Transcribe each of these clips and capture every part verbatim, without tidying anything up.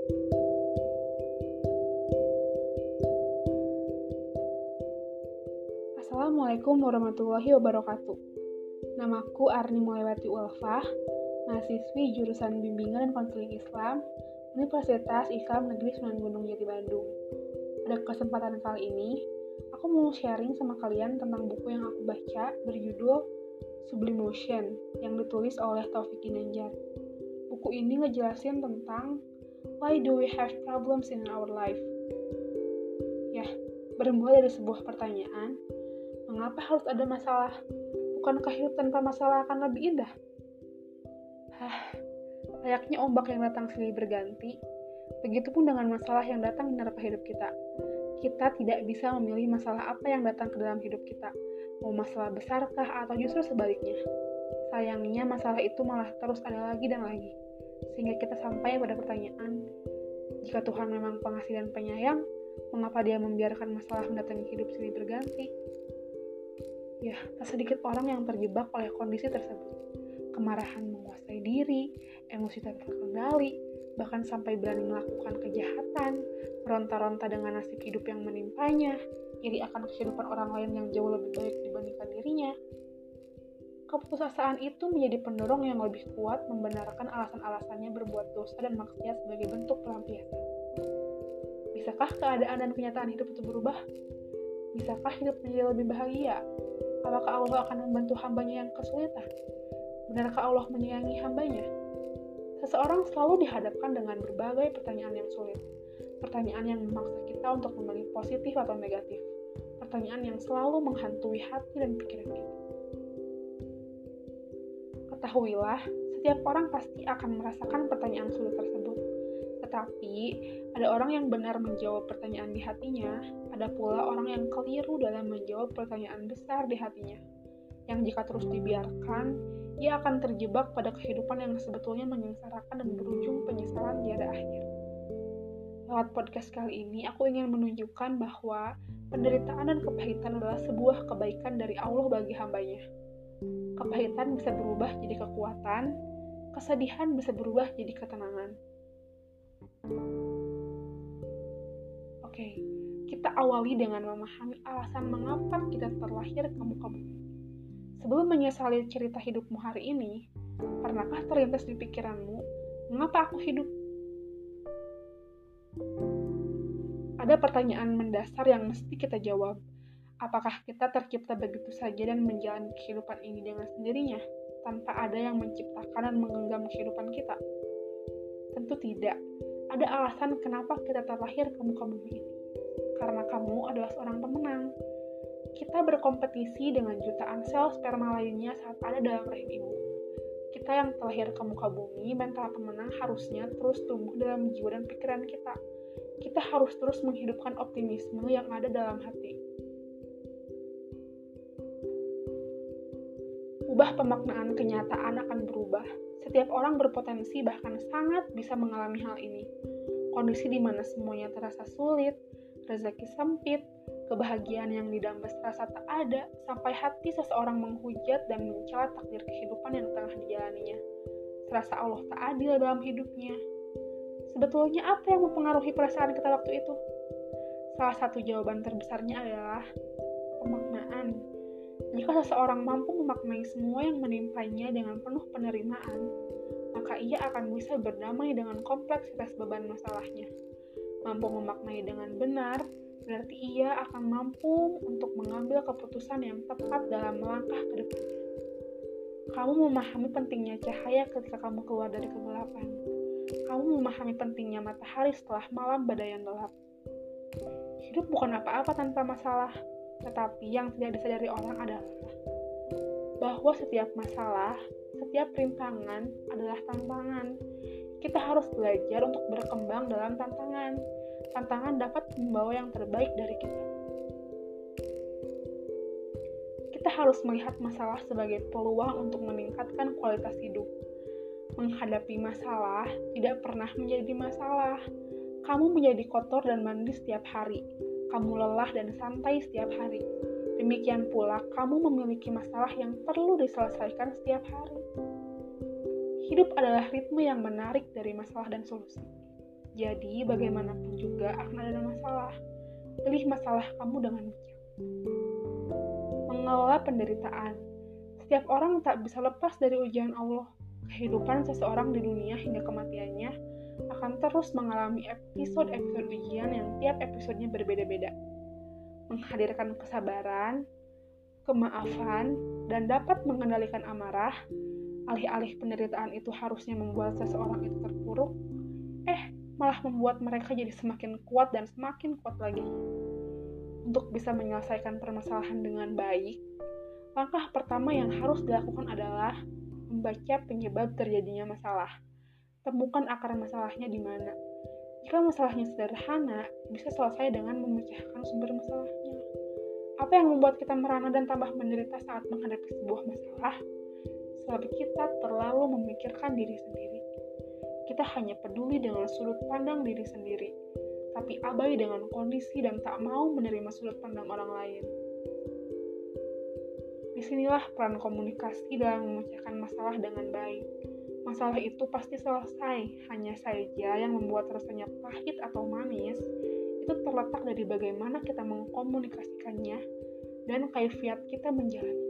Assalamualaikum warahmatullahi wabarakatuh. Namaku Arni Mulewati Ulfah, mahasiswi jurusan Bimbingan dan Konseling Islam, Universitas Islam Negeri Sunan Gunung Jati Bandung. Pada kesempatan kali ini, aku mau sharing sama kalian tentang buku yang aku baca berjudul Sublimotion yang ditulis oleh Taufik Ginanjar. Buku ini ngejelasin tentang why do we have problems in our life? Ya, bermula dari sebuah pertanyaan, mengapa harus ada masalah? Bukankah hidup tanpa masalah akan lebih indah? Hah, layaknya ombak yang datang silih berganti, begitupun dengan masalah yang datang menerpa hidup kita. Kita tidak bisa memilih masalah apa yang datang ke dalam hidup kita, mau masalah besarkah atau justru sebaliknya. Sayangnya masalah itu malah terus ada lagi dan lagi, sehingga kita sampai pada pertanyaan, jika Tuhan memang pengasih dan penyayang, mengapa Dia membiarkan masalah mendatangi hidup silih berganti? Ya, tak sedikit orang yang terjebak oleh kondisi tersebut. Kemarahan menguasai diri, emosi tak terkendali, bahkan sampai berani melakukan kejahatan, meronta-ronta dengan nasib hidup yang menimpanya, iri akan kehidupan orang lain yang jauh lebih baik dibandingkan dirinya. Keputusasaan itu menjadi pendorong yang lebih kuat membenarkan alasan-alasannya berbuat dosa dan maksiat sebagai bentuk pelampiasan. Bisakah keadaan dan kenyataan hidup itu berubah? Bisakah hidup menjadi lebih bahagia? Apakah Allah akan membantu hambanya yang kesulitan? Benarkah Allah menyayangi hambanya? Seseorang selalu dihadapkan dengan berbagai pertanyaan yang sulit. Pertanyaan yang memaksa kita untuk memilih positif atau negatif. Pertanyaan yang selalu menghantui hati dan pikiran kita. Ketahuilah, setiap orang pasti akan merasakan pertanyaan sulit tersebut. Tetapi, ada orang yang benar menjawab pertanyaan di hatinya, ada pula orang yang keliru dalam menjawab pertanyaan besar di hatinya. Yang jika terus dibiarkan, ia akan terjebak pada kehidupan yang sebetulnya menyengsarakan dan berujung penyesalan tiada akhir. Lewat podcast kali ini, aku ingin menunjukkan bahwa penderitaan dan kepahitan adalah sebuah kebaikan dari Allah bagi hambanya. Kepahitan bisa berubah jadi kekuatan, kesedihan bisa berubah jadi ketenangan. Oke, kita awali dengan memahami alasan mengapa kita terlahir ke muka bumi. Sebelum menyesali cerita hidupmu hari ini, pernahkah terlintas di pikiranmu, mengapa aku hidup? Ada pertanyaan mendasar yang mesti kita jawab. Apakah kita tercipta begitu saja dan menjalani kehidupan ini dengan sendirinya, tanpa ada yang menciptakan dan menggenggam kehidupan kita? Tentu tidak. Ada alasan kenapa kita terlahir ke muka bumi ini. Karena kamu adalah seorang pemenang. Kita berkompetisi dengan jutaan sel sperma lainnya saat ada dalam rahim ibu. Kita yang terlahir ke muka bumi, mental pemenang harusnya terus tumbuh dalam jiwa dan pikiran kita. Kita harus terus menghidupkan optimisme yang ada dalam hati. Ubah pemaknaan kenyataan akan berubah. Setiap orang berpotensi bahkan sangat bisa mengalami hal ini. Kondisi di mana semuanya terasa sulit, rezeki sempit, kebahagiaan yang didambas rasa tak ada, sampai hati seseorang menghujat dan mencela takdir kehidupan yang tengah dijalaninya. Serasa Allah tak adil dalam hidupnya. Sebetulnya apa yang mempengaruhi perasaan kita waktu itu? Salah satu jawaban terbesarnya adalah pemaknaan. Jika seseorang mampu memaknai semua yang menimpanya dengan penuh penerimaan, maka ia akan bisa berdamai dengan kompleksitas beban masalahnya. Mampu memaknai dengan benar, berarti ia akan mampu untuk mengambil keputusan yang tepat dalam melangkah ke depannya. Kamu memahami pentingnya cahaya ketika kamu keluar dari kegelapan. Kamu memahami pentingnya matahari setelah malam badai yang gelap. Hidup bukan apa-apa tanpa masalah. Tetapi yang tidak disadari orang adalah bahwa setiap masalah, setiap rintangan adalah tantangan. Kita harus belajar untuk berkembang dalam tantangan. Tantangan dapat membawa yang terbaik dari kita. Kita harus melihat masalah sebagai peluang untuk meningkatkan kualitas hidup. Menghadapi masalah tidak pernah menjadi masalah. Kamu menjadi kotor dan mandi setiap hari. Kamu lelah dan santai setiap hari. Demikian pula, kamu memiliki masalah yang perlu diselesaikan setiap hari. Hidup adalah ritme yang menarik dari masalah dan solusi. Jadi, bagaimanapun juga akan ada masalah. Pilih masalah kamu dengan bijak. Mengelola penderitaan. Setiap orang tak bisa lepas dari ujian Allah. Kehidupan seseorang di dunia hingga kematiannya akan terus mengalami episode-episode ujian yang tiap episodenya berbeda-beda. Menghadirkan kesabaran, kemaafan, dan dapat mengendalikan amarah. Alih-alih penderitaan itu harusnya membuat seseorang itu terpuruk, eh malah membuat mereka jadi semakin kuat dan semakin kuat lagi. Untuk bisa menyelesaikan permasalahan dengan baik, langkah pertama yang harus dilakukan adalah membaca penyebab terjadinya masalah. Temukan akar masalahnya di mana. Jika masalahnya sederhana, bisa selesai dengan memecahkan sumber masalahnya. Apa yang membuat kita merana dan tambah menderita saat menghadapi sebuah masalah? Sebab kita terlalu memikirkan diri sendiri. Kita hanya peduli dengan sudut pandang diri sendiri, tapi abai dengan kondisi dan tak mau menerima sudut pandang orang lain. Disinilah peran komunikasi dalam memecahkan masalah dengan baik. Masalah itu pasti selesai, hanya saja yang membuat rasanya pahit atau manis itu terletak dari bagaimana kita mengkomunikasikannya dan kaifiat kita menjalaninya.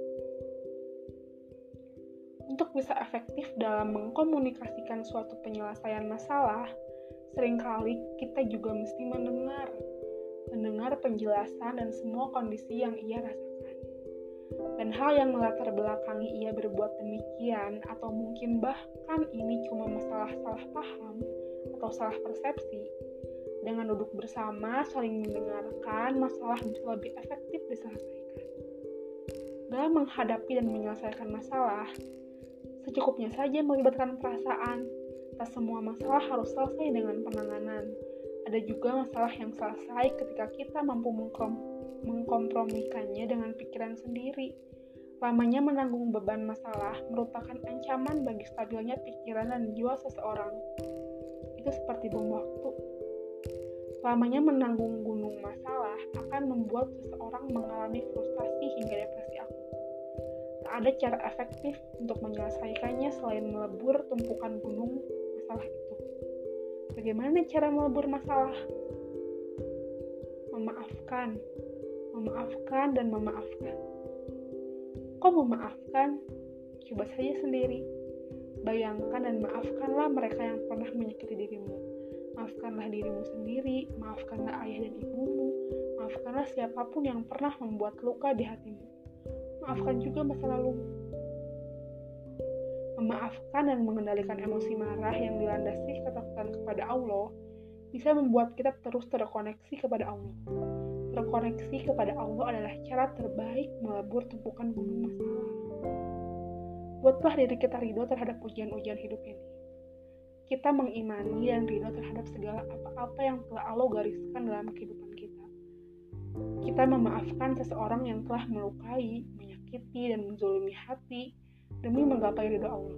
Untuk bisa efektif dalam mengkomunikasikan suatu penyelesaian masalah, seringkali kita juga mesti mendengar, mendengar penjelasan dan semua kondisi yang ia rasakan. Dan hal yang melatar belakangi ia berbuat demikian, atau mungkin bahkan ini cuma masalah salah paham atau salah persepsi, dengan duduk bersama saling mendengarkan, masalah bisa lebih efektif diselesaikan. Dalam menghadapi dan menyelesaikan masalah, secukupnya saja melibatkan perasaan. Tak semua masalah harus selesai dengan penanganan. Ada juga masalah yang selesai ketika kita mampu mengkom- mengkompromikannya dengan pikiran sendiri. Lamanya menanggung beban masalah merupakan ancaman bagi stabilnya pikiran dan jiwa seseorang. Itu seperti bom waktu. Lamanya menanggung gunung masalah akan membuat seseorang mengalami frustasi hingga depresi akut. Tak ada cara efektif untuk menyelesaikannya selain melebur tumpukan gunung masalah itu. Bagaimana cara melebur masalah? Memaafkan, memaafkan dan memaafkan. Kok memaafkan? Coba saja sendiri. Bayangkan dan maafkanlah mereka yang pernah menyakiti dirimu. Maafkanlah dirimu sendiri, maafkanlah ayah dan ibumu, maafkanlah siapapun yang pernah membuat luka di hatimu. Maafkan juga masa lalumu. Memaafkan dan mengendalikan emosi marah yang dilandasi ketakutan kepada Allah bisa membuat kita terus terkoneksi kepada Allah. Terkoneksi kepada Allah adalah cara terbaik melebur tumpukan gunung masalah. Buatlah diri kita ridho terhadap ujian-ujian hidup ini. Kita mengimani dan ridho terhadap segala apa-apa yang telah Allah gariskan dalam kehidupan kita. Kita memaafkan seseorang yang telah melukai, menyakiti, dan menzolimi hati demi menggapai ridho Allah.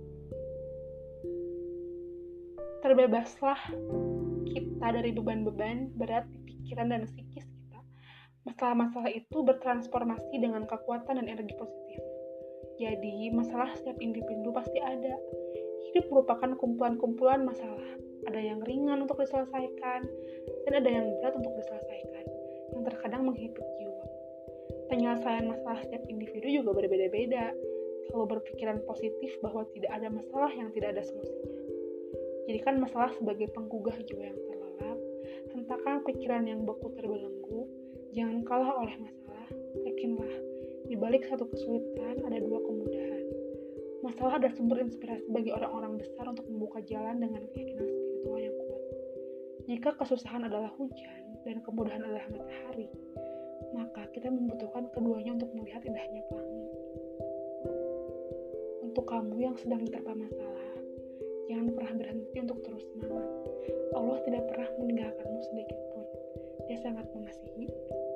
Terbebaslah kita dari beban-beban berat di pikiran dan psikis kita. Masalah-masalah itu bertransformasi dengan kekuatan dan energi positif. Jadi, masalah setiap individu pasti ada. Hidup merupakan kumpulan-kumpulan masalah. Ada yang ringan untuk diselesaikan, dan ada yang berat untuk diselesaikan, yang terkadang menghimpit jiwa. Penyelesaian masalah setiap individu juga berbeda-beda. Selalu berpikiran positif bahwa tidak ada masalah yang tidak ada solusinya. Jadikan masalah sebagai penggugah jiwa yang terlelap. Hentakan pikiran yang beku terbelenggu. Jangan kalah oleh masalah. Yakinlah, di balik satu kesulitan ada dua kemudahan. Masalah adalah sumber inspirasi bagi orang-orang besar untuk membuka jalan dengan keyakinan spiritual yang kuat. Jika kesusahan adalah hujan dan kemudahan adalah matahari, maka kita membutuhkan keduanya untuk melihat indahnya pelangi. Untuk kamu yang sedang diterpa masalah, jangan pernah berhenti untuk terus semangat. Allah tidak pernah meninggalkanmu sedikit pun. Dia sangat mengasihi